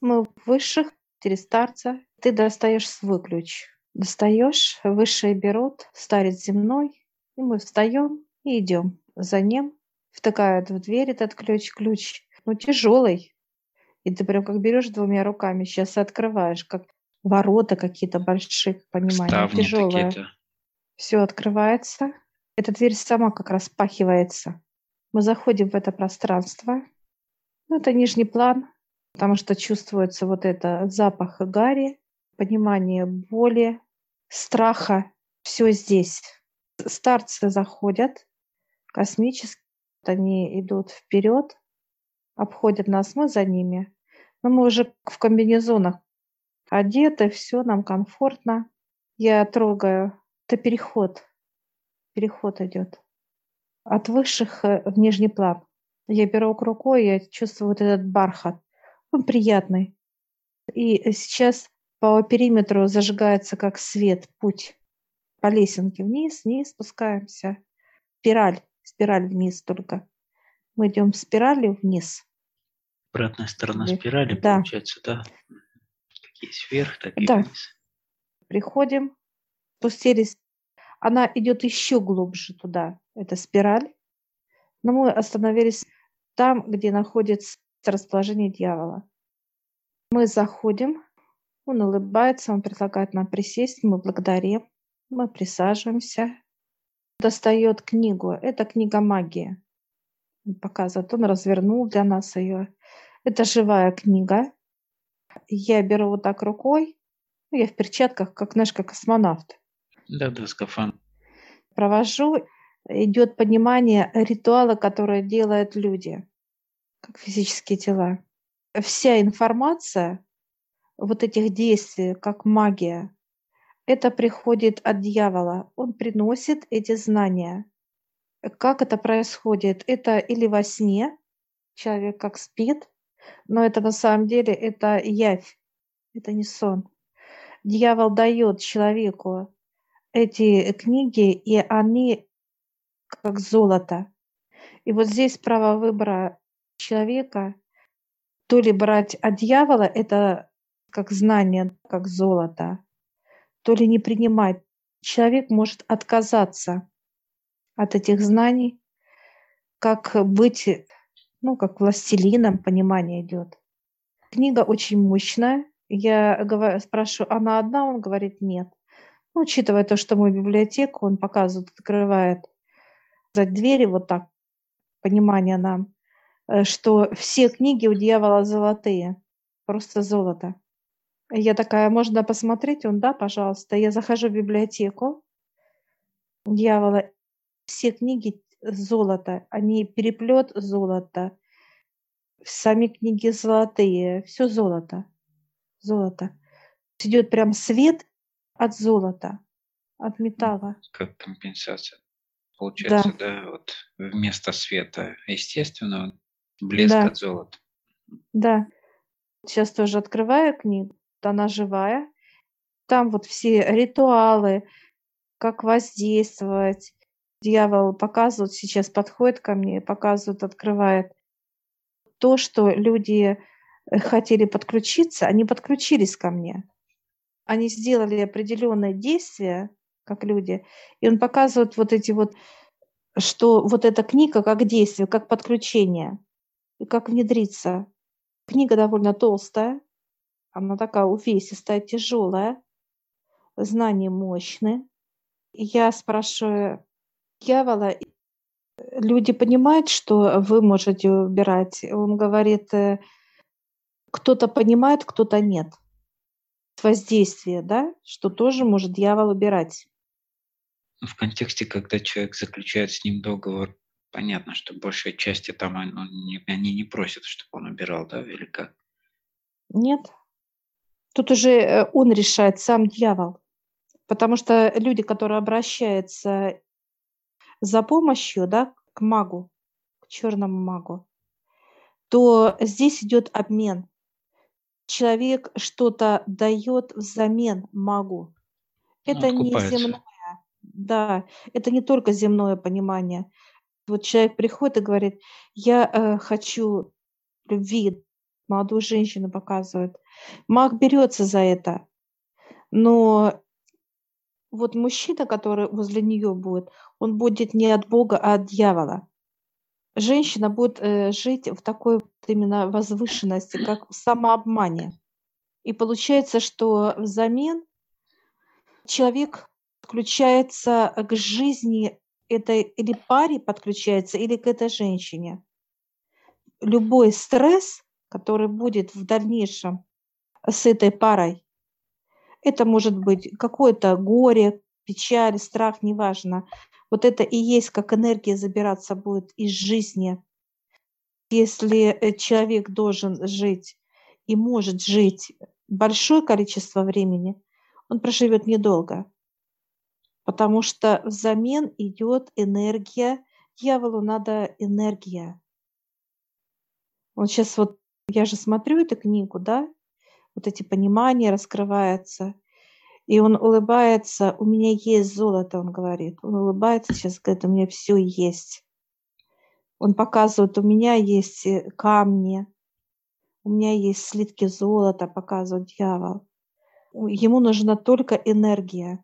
Мы высших, 4 старца. Ты достаешь свой ключ. Достаешь, высшие берут, старец земной, и мы встаем и идем за ним. Втыкают в дверь этот ключ. Ключ, ну, тяжелый. И ты прям как берешь двумя руками, сейчас открываешь, как ворота какие-то больших, понимание, Ставни тяжелое. такие-то. Все открывается. Эта дверь сама как распахивается. Мы заходим в это пространство. Ну, это нижний план, потому что чувствуется вот это запах гари, понимание боли, страха. Все здесь. Старцы заходят космически, они идут вперед, обходят нас, мы за ними. Но мы уже в комбинезонах одеты, все нам комфортно. Я трогаю. Это переход идет от высших в нижний план. Я беру рукой, я чувствую вот этот бархат. Он приятный. И сейчас по периметру зажигается как свет, путь по лесенке вниз, вниз спускаемся. Спираль вниз только. Мы идем спиралью вниз. Обратная сторона спирали, Да, получается, да? Как есть вверх, так и да. вниз. Приходим, спустились. Она идет еще глубже туда, эта спираль. Но мы остановились там, где находится расположение дьявола. Мы заходим, он улыбается, он предлагает нам присесть, мы благодарим, мы присаживаемся. Достает книгу. Это книга магии. Он показывает, он развернул для нас ее. Это живая книга. Я беру вот так рукой, ну, я в перчатках, как, знаешь, как космонавт. Да-да, скафандр. Провожу, идет понимание ритуала, которые делают люди, как физические тела. Вся информация вот этих действий, как магия, это приходит от дьявола. Он приносит эти знания. Как это происходит? Это или во сне, человек как спит, но это на самом деле это явь, это не сон. Дьявол дает человеку эти книги, и они как золото. И вот здесь право выбора человека, то ли брать от дьявола, это как знание, как золото, то ли не принимать. Человек может отказаться от этих знаний, как быть, ну, как властелином, понимание идет. Книга очень мощная. Я спрашиваю, она одна? Он говорит, нет. Ну, учитывая то, что мы библиотека, он показывает, открывает за двери вот так, понимание нам, что все книги у дьявола золотые, просто золото. Я такая, можно посмотреть? Он, да, пожалуйста. Я захожу в библиотеку дьявола, все книги золото, они переплет золота, сами книги золотые, все золото, золото. Идет прям свет от золота, от металла. Как компенсация. Да, Получается, да, вот вместо света естественного блеск да, от золота. да. Сейчас тоже открываю книгу, она живая. Там вот все ритуалы, как воздействовать. Дьявол показывает, сейчас подходит ко мне, показывает, открывает. То, что люди хотели подключиться, они подключились ко мне. Они сделали определенные действия, как люди, и он показывает вот эти вот, что вот эта книга как действие, как подключение и как внедриться. Книга довольно толстая, она такая увесистая, тяжелая, знания мощные. И я спрашиваю дьявола: "Люди понимают, что вы можете убирать?" Он говорит: "Кто-то понимает, кто-то нет". Воздействие, да, что тоже может дьявол убирать. В контексте, когда человек заключает с ним договор, понятно, что большая часть там они не просят, чтобы он убирал, да, или как? Нет, тут уже, он решает, сам дьявол. Потому что люди, которые обращаются за помощью, да, к магу, к черному магу, то здесь идет обмен. Человек что-то дает взамен магу. Ну, Это не откупается. земное, да, это не только земное понимание. Вот человек приходит и говорит: "Я, хочу любви, молодую женщину показывают. Маг берется за это, но вот мужчина, который возле нее будет, он будет не от Бога, а от дьявола. Женщина будет жить в такой вот именно возвышенности, как в самообмане. И получается, что взамен человек подключается к жизни этой или паре подключается, или к этой женщине. Любой стресс, который будет в дальнейшем с этой парой, это может быть какое-то горе, печаль, страх, неважно. Вот это и есть как энергия забираться будет из жизни. Если человек должен жить и может жить большое количество времени, он проживет недолго, потому что взамен идет энергия. Дьяволу надо энергия. Он сейчас вот, я же смотрю эту книгу, да, вот эти понимания раскрываются, и он улыбается, у меня есть золото, он говорит. Он улыбается сейчас, говорит, у меня все есть. Он показывает, у меня есть камни, у меня есть слитки золота, показывает дьявол. Ему нужна только энергия.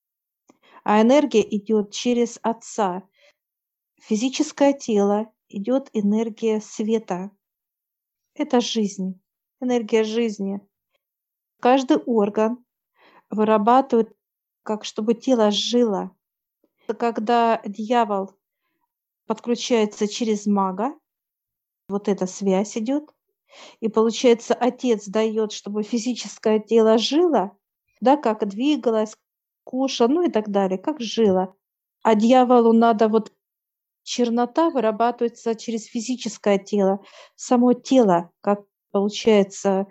А энергия идет через Отца. Физическое тело идет энергия света. Это жизнь, энергия жизни. Каждый орган вырабатывает, как чтобы тело жило. Когда дьявол подключается через мага, вот эта связь идет, и получается, отец дает, чтобы физическое тело жило, да, как двигалось, кушало, ну и так далее, как жило. А дьяволу надо вот чернота вырабатывается через физическое тело, само тело, как получается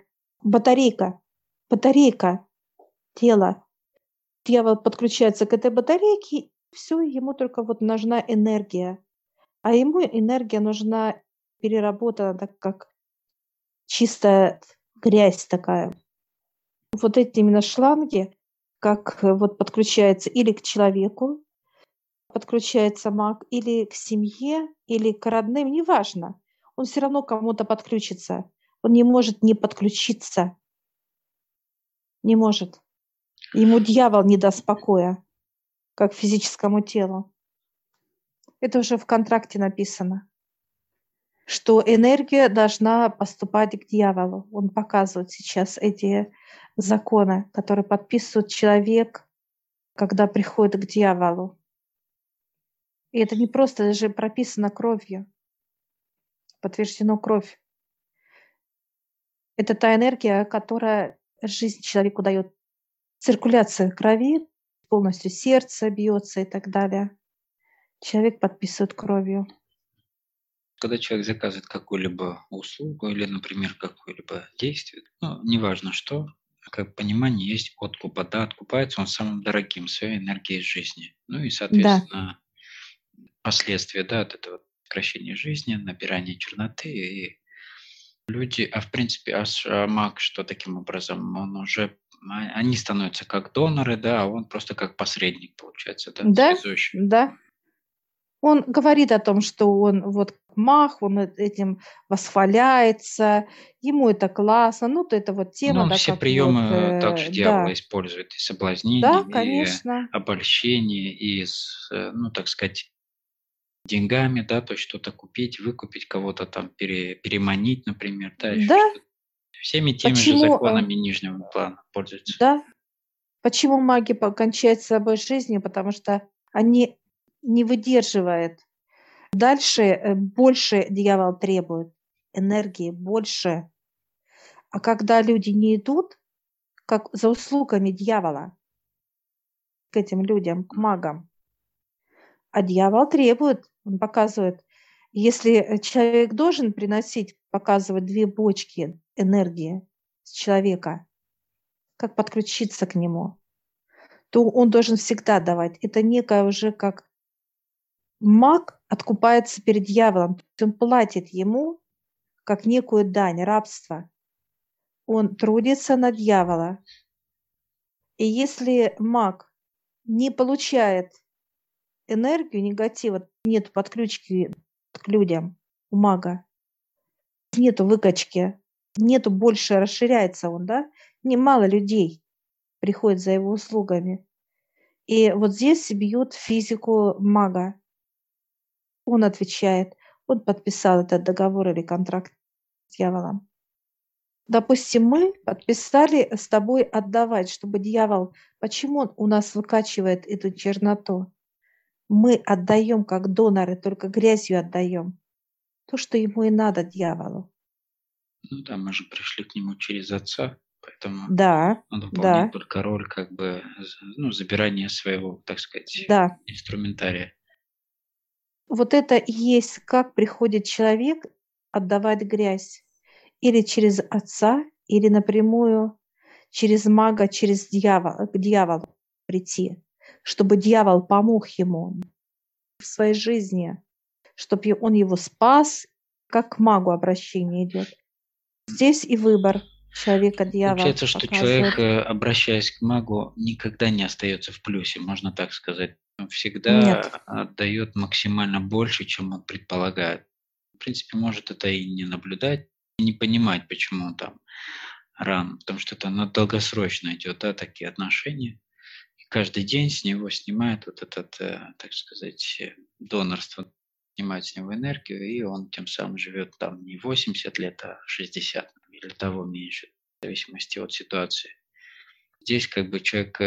батарейка тела. Дьявол подключается к этой батарейке, все, ему только вот нужна энергия. А ему энергия нужна переработана, так как чистая грязь такая. Вот эти именно шланги, как вот подключается или к человеку, подключается маг, или к семье, или к родным, неважно. Он все равно к кому-то подключится. Он не может не подключиться. Не может. Ему дьявол не даст покоя, как физическому телу. Это уже в контракте написано, что энергия должна поступать к дьяволу. Он показывает сейчас эти законы, которые подписывает человек, когда приходит к дьяволу. И это не просто, это же прописано кровью, подтверждено кровь. Это та энергия, которая жизнь человеку дает. Циркуляция крови, полностью сердце бьется и так далее. Человек подписывает кровью. Когда человек заказывает какую-либо услугу или, например, какое-либо действие, ну, неважно что, как понимание есть откупа, да, откупается он самым дорогим, своей энергией жизни. Ну и, Да, соответственно, последствия, да, от этого сокращения жизни, набирания черноты и люди, в принципе, маг, что таким образом, он уже, они становятся как доноры, да, а он просто как посредник, получается, да, да, связующий. да. Он говорит о том, что он вот мах, он этим восхваляется, ему это классно. Ну, то это вот Ну, тема, он да, все как вот, приемы также дьявола да, использует, и да, соблазнение, и конечно, обольщение, и, ну, так сказать, деньгами, да, то есть что-то купить, выкупить, кого-то там переманить, например, да, еще да. что-то. Всеми теми же Почему, законами нижнего плана пользуются. да, почему маги кончают с собой жизнью? Потому что они не выдерживают. Дальше больше дьявол требует энергии, больше. А когда люди не идут, как за услугами дьявола, к этим людям, к магам, а дьявол требует, он показывает, если человек должен приносить, показывать 2 бочки энергии с человека, как подключиться к нему, то он должен всегда давать. Это некое уже как маг откупается перед дьяволом. То есть он платит ему как некую дань, рабство. Он трудится на дьявола. И если маг не получает энергию негатива, нет подключки к людям у мага, нету выкачки, нету больше, расширяется он, да? Немало людей приходит за его услугами. И вот здесь бьют физику мага. Он отвечает, он подписал этот договор или контракт с дьяволом. Допустим, мы подписали с тобой отдавать, чтобы дьявол, почему он у нас выкачивает эту черноту? Мы отдаем как доноры, только грязью отдаем. То, что ему и надо, дьяволу. Ну да, мы же пришли к нему через отца, поэтому Да, он выполняет да, только роль как бы забирания своего, так сказать, да. инструментария. Вот это и есть, как приходит человек отдавать грязь. Или через отца, или напрямую через мага, через дьявола, к дьяволу прийти, чтобы дьявол помог ему в своей жизни, чтобы он его спас, как к магу обращение идет. Здесь и выбор человека дьявол Получается, что человек, показывает. обращаясь к магу, никогда не остается в плюсе, можно так сказать. Он всегда Нет. отдает максимально больше, чем он предполагает. В принципе, может это и не наблюдать, и не понимать, почему он там рано, потому что это на долгосрочно идет, да, такие отношения. И каждый день с него снимают вот этот, так сказать, донорство, снимают с него энергию, и он тем самым живет там не 80 лет, а 60 или того меньше, в зависимости от ситуации. Здесь как бы человек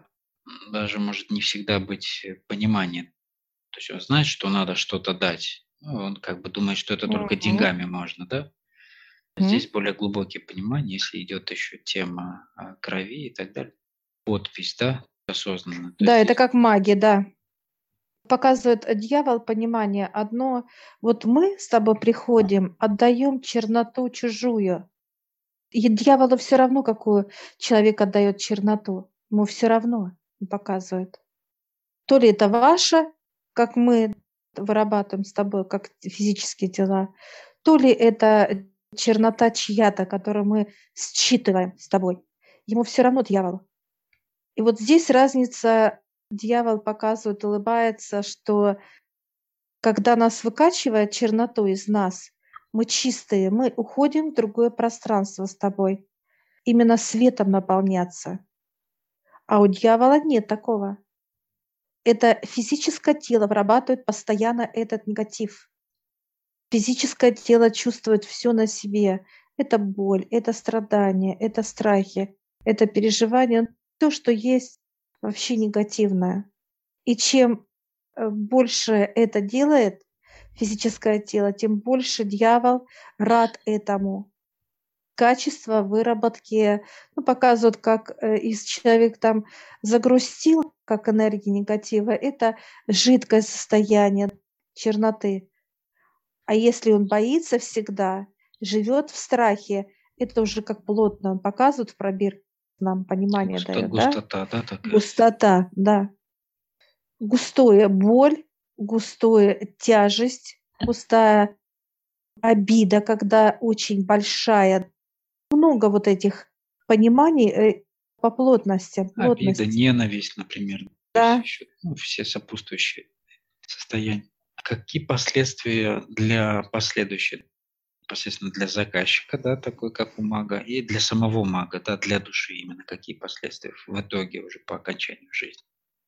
даже может не всегда быть понимание. То есть он знает, что надо что-то дать. Ну, он как бы думает, что это только Мгм. деньгами можно, да? Мгм. Здесь более глубокие понимания, если идет еще тема крови и так далее. Подпись, да, осознанно. То есть Да, это здесь как маги, да. Показывает дьявол понимание одно. Вот мы с тобой приходим, отдаем черноту чужую. И дьяволу все равно, какую человек отдает черноту. Ему все равно, он показывает. То ли это ваше, как мы вырабатываем с тобой, как физические тела, то ли это чернота чья-то, которую мы считываем с тобой. Ему все равно, дьяволу. И вот здесь разница, дьявол показывает, улыбается, что когда нас выкачивает черноту из нас, мы чистые, мы уходим в другое пространство с тобой. Именно светом наполняться. А у дьявола нет такого. Это физическое тело вырабатывает постоянно этот негатив. Физическое тело чувствует все на себе. Это боль, это страдание, это страхи, это переживание. То, что есть вообще негативное. И чем больше это делает физическое тело, тем больше дьявол рад этому. Качество выработки, ну, показывают, как из человек там загрустил, как энергия негатива, это жидкое состояние черноты. А если он боится всегда, живет в страхе, это уже как плотно он показывает в пробирке, нам понимание дает, да? густота, да, такая. Густота, да. Густое боль, густое тяжесть, густая обида, когда очень большая. Много вот этих пониманий, по плотности, Обида, плотность. ненависть, например. То есть Да. еще все сопутствующие состояния. Какие последствия для последующих, непосредственно для заказчика, да, такой как у мага, и для самого мага, да, для души именно какие последствия в итоге уже по окончанию жизни?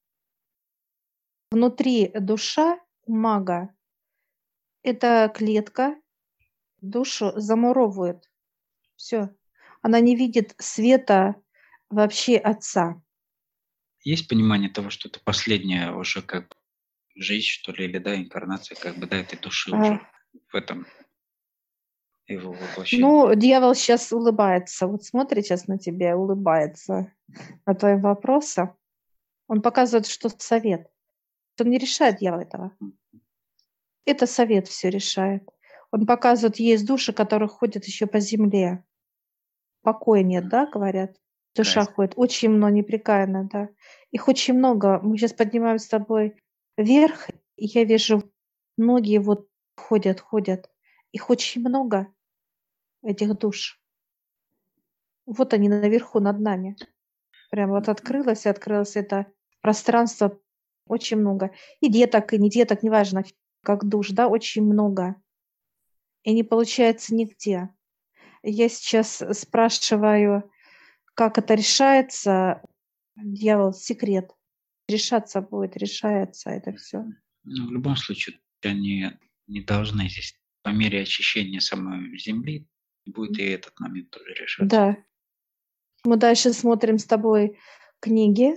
Внутри душа у мага — это клетка, душу замуровывает. Все. Она не видит света вообще отца. Есть понимание того, что это последняя уже как бы жизнь, что ли, или да, инкарнация как бы, да, этой души А, уже в этом его воплощении? ну, дьявол сейчас улыбается. Вот смотрит щас на тебя и улыбается на твои вопросы. Он показывает, что совет. Он не решает, дьявол, этого. Это совет все решает. Он показывает, есть души, которые ходят еще по земле. Покоя нет, да, говорят? Душа Кайф. ходит. Очень много, непрекаянно, да. Их очень много. Мы сейчас поднимаем с тобой вверх, и я вижу, многие вот ходят. Их очень много, этих душ. Вот они наверху над нами. Прям вот открылось это пространство. Очень много. И деток, и не деток, неважно, как душ, да, очень много. И не получается нигде. Я сейчас спрашиваю, как это решается. Дьявол, секрет. Решаться будет, решается это все. Ну, в любом случае, они не должны здесь по мере очищения самой земли будет и этот момент тоже решаться. Да. Мы дальше смотрим с тобой книги.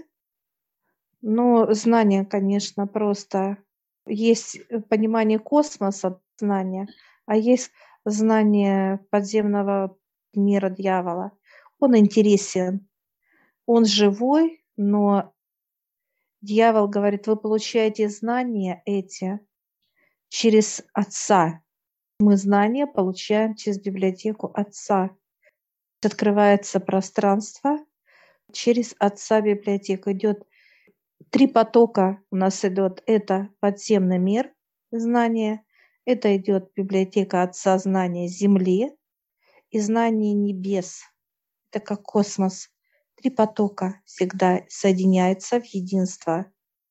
Ну, знания, конечно, просто есть понимание космоса, знания, а есть знание подземного мира дьявола. Он интересен, он живой, но дьявол говорит, вы получаете знания эти через Отца. Мы знания получаем через библиотеку Отца. Открывается пространство, через Отца библиотека идет. 3 потока у нас идет. Это подземный мир знания, это идет библиотека Отца знания Земли и знание небес. Это как космос. 3 потока всегда соединяются в единство.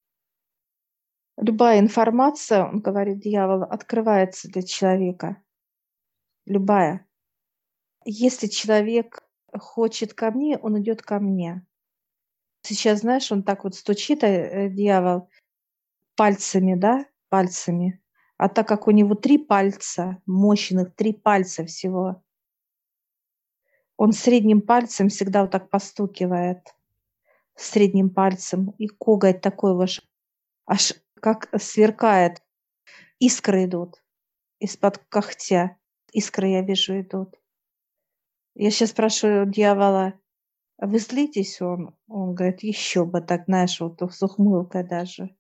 Любая информация, он говорит, дьявол, открывается для человека. Любая. Если человек хочет ко мне, он идет ко мне. Сейчас, знаешь, он так вот стучит, дьявол, пальцами, да, пальцами. А так как у него 3 пальца, мощных 3 пальца всего, он средним пальцем всегда вот так постукивает, средним пальцем, и коготь такой ваш, аж как сверкает. Искры идут из-под когтя. Искры я вижу идут. Я сейчас спрашиваю дьявола: "А вы злитесь?" Он говорит: "Еще бы так", знаешь, вот с ухмылкой даже.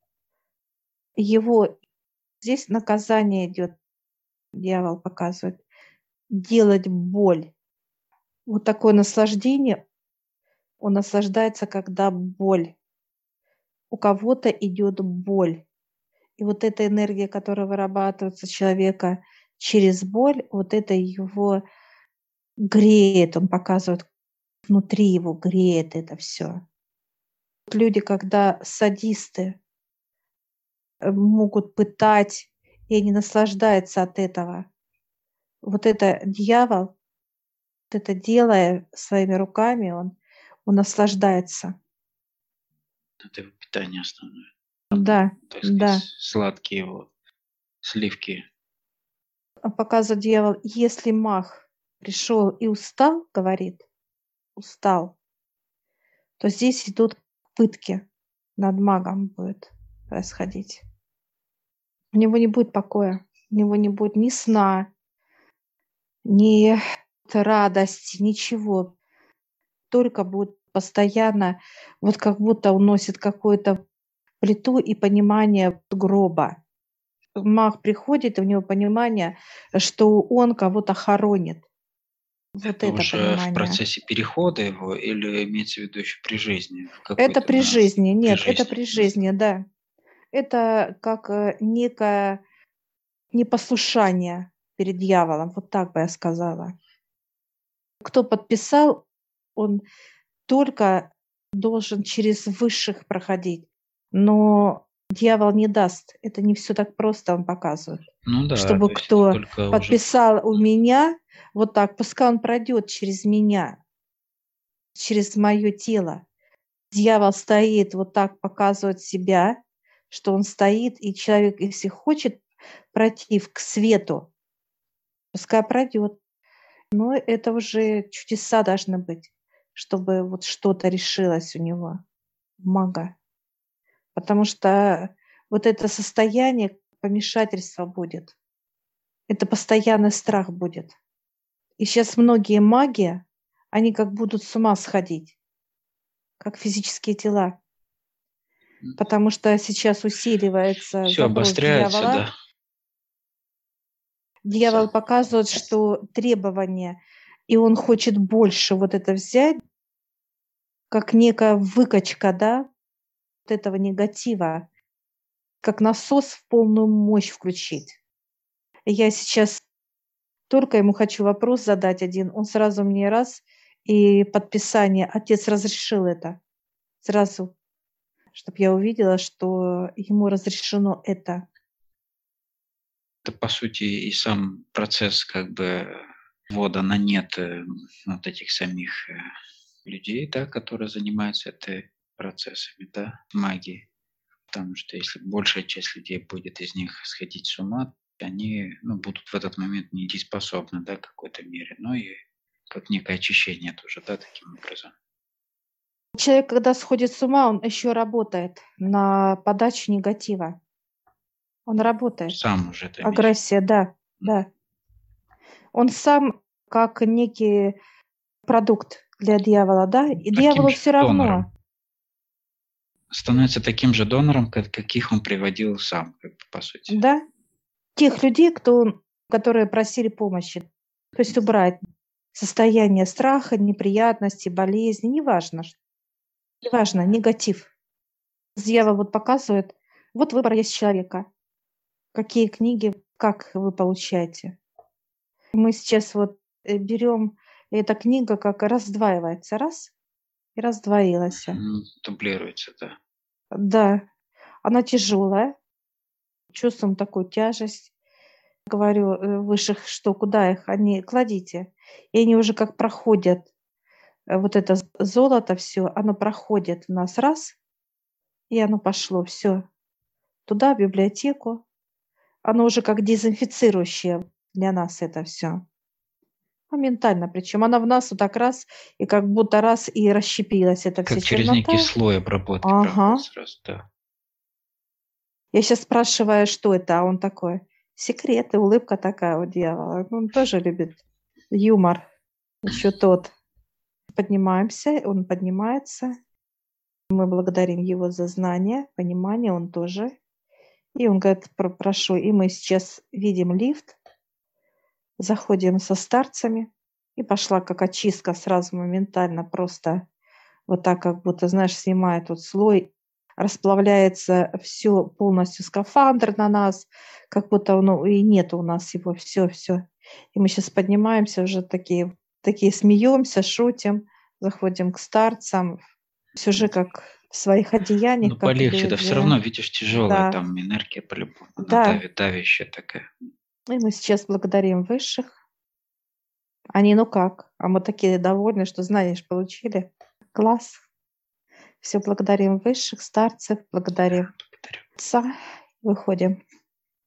Его здесь наказание идет, дьявол показывает, делать боль. Вот такое наслаждение, он наслаждается, когда боль. У кого-то идет боль. И вот эта энергия, которая вырабатывается человека через боль, вот это его греет, он показывает, внутри его греет это все. Люди, когда садисты, могут пытать, и они наслаждаются от этого. Вот это дьявол, вот это делая своими руками, он наслаждается. Это его питание основное. Да, Так сказать, да. сладкие вот сливки. Показывает дьявол, если маг пришел и устал, говорит, устал, то здесь идут пытки над магом будет происходить. У него не будет покоя, у него не будет ни сна, ни радости, ничего. Только будет постоянно, вот как будто он носит какую-то плиту и понимание гроба. Маг приходит, и у него понимание, что он кого-то хоронит. Вот Это это уже в понимание. процессе перехода его или имеется в виду еще при жизни? В Это какой-то при на жизни. при Нет, это жизни. при жизни, да. Это как, некое непослушание перед дьяволом, вот так бы я сказала. Кто подписал, он только должен через высших проходить, но дьявол не даст. Это не все так просто, он показывает. Ну да, Чтобы то есть это кто только уже подписал у меня, вот так, пускай он пройдет через меня, через мое тело. Дьявол стоит, вот так показывает себя, что он стоит, и человек, если хочет пройти к свету, пускай пройдет. Но это уже чудеса должны быть, чтобы вот что-то решилось у него, мага. Потому что вот это состояние помешательства будет. Это постоянный страх будет. И сейчас многие маги, они как будут с ума сходить, как физические тела. Потому что сейчас усиливается все запрос обостряется, дьявола. да. Дьявол показывает, что требования, и он хочет больше вот это взять, как некая выкачка, да, вот этого негатива, как насос в полную мощь включить. И я сейчас только ему хочу вопрос задать один, он сразу мне раз, и подписание, отец разрешил это сразу, чтобы я увидела, что ему разрешено это. Это, по сути, и сам процесс как бы ввода на нет вот этих самих людей, да, которые занимаются этой процессами, да, магии. Потому что если большая часть людей будет из них сходить с ума, они будут в этот момент недееспособны, да, в какой-то мере. Ну и как некое очищение тоже, да, таким образом. Человек, когда сходит с ума, он еще работает на подачу негатива. Он работает. Сам уже это имеешь. Агрессия, да, да. Он сам как некий продукт для дьявола, да? И Таким дьяволу же все донором. равно. Становится таким же донором, каких он приводил сам, как бы, по сути. Да? Тех людей, которые просили помощи. То есть убрать состояние страха, неприятностей, болезни, неважно, негатив. Дьявол вот показывает, вот выбор есть человека. Какие книги, как вы получаете. Мы сейчас вот берем, эта книга как раздваивается, раз, и раздвоилась. Дублируется, да. Да, она тяжелая, чувствуем такую тяжесть. Говорю, высших, что куда их? Они кладите. И они уже как проходят, вот это золото все, оно проходит в нас раз, и оно пошло все туда, в библиотеку. Оно уже как дезинфицирующее для нас это все. Моментально, причем она в нас вот так раз, и как будто раз и расщепилась эта вся Как через некий чернота. слой обработки проходит Ага. сразу, да. Я сейчас спрашиваю, что это, а он такой: "Секрет". И улыбка такая у дьявола. Ну, он тоже любит юмор, еще тот. Поднимаемся, он поднимается. Мы благодарим его за знания, понимание, он тоже. И он говорит: Прошу". И мы сейчас видим лифт, заходим со старцами, и пошла как очистка сразу моментально, просто вот так, как будто, знаешь, снимает тот слой, расплавляется все полностью скафандр на нас, как будто, ну, и нет у нас его, все. И мы сейчас поднимаемся уже такие смеемся, шутим, заходим к старцам, все же как в своих одеяниях, Ну, как полегче, да все люди. равно, видишь, тяжелая Да, там энергия по-любому. Она да. давит, давящая такая. И мы сейчас благодарим высших. Они, ну как? А мы такие довольны, что, знаешь, получили. Класс. Все благодарим высших, старцев, Да, благодарим благодарю. Отца. Выходим.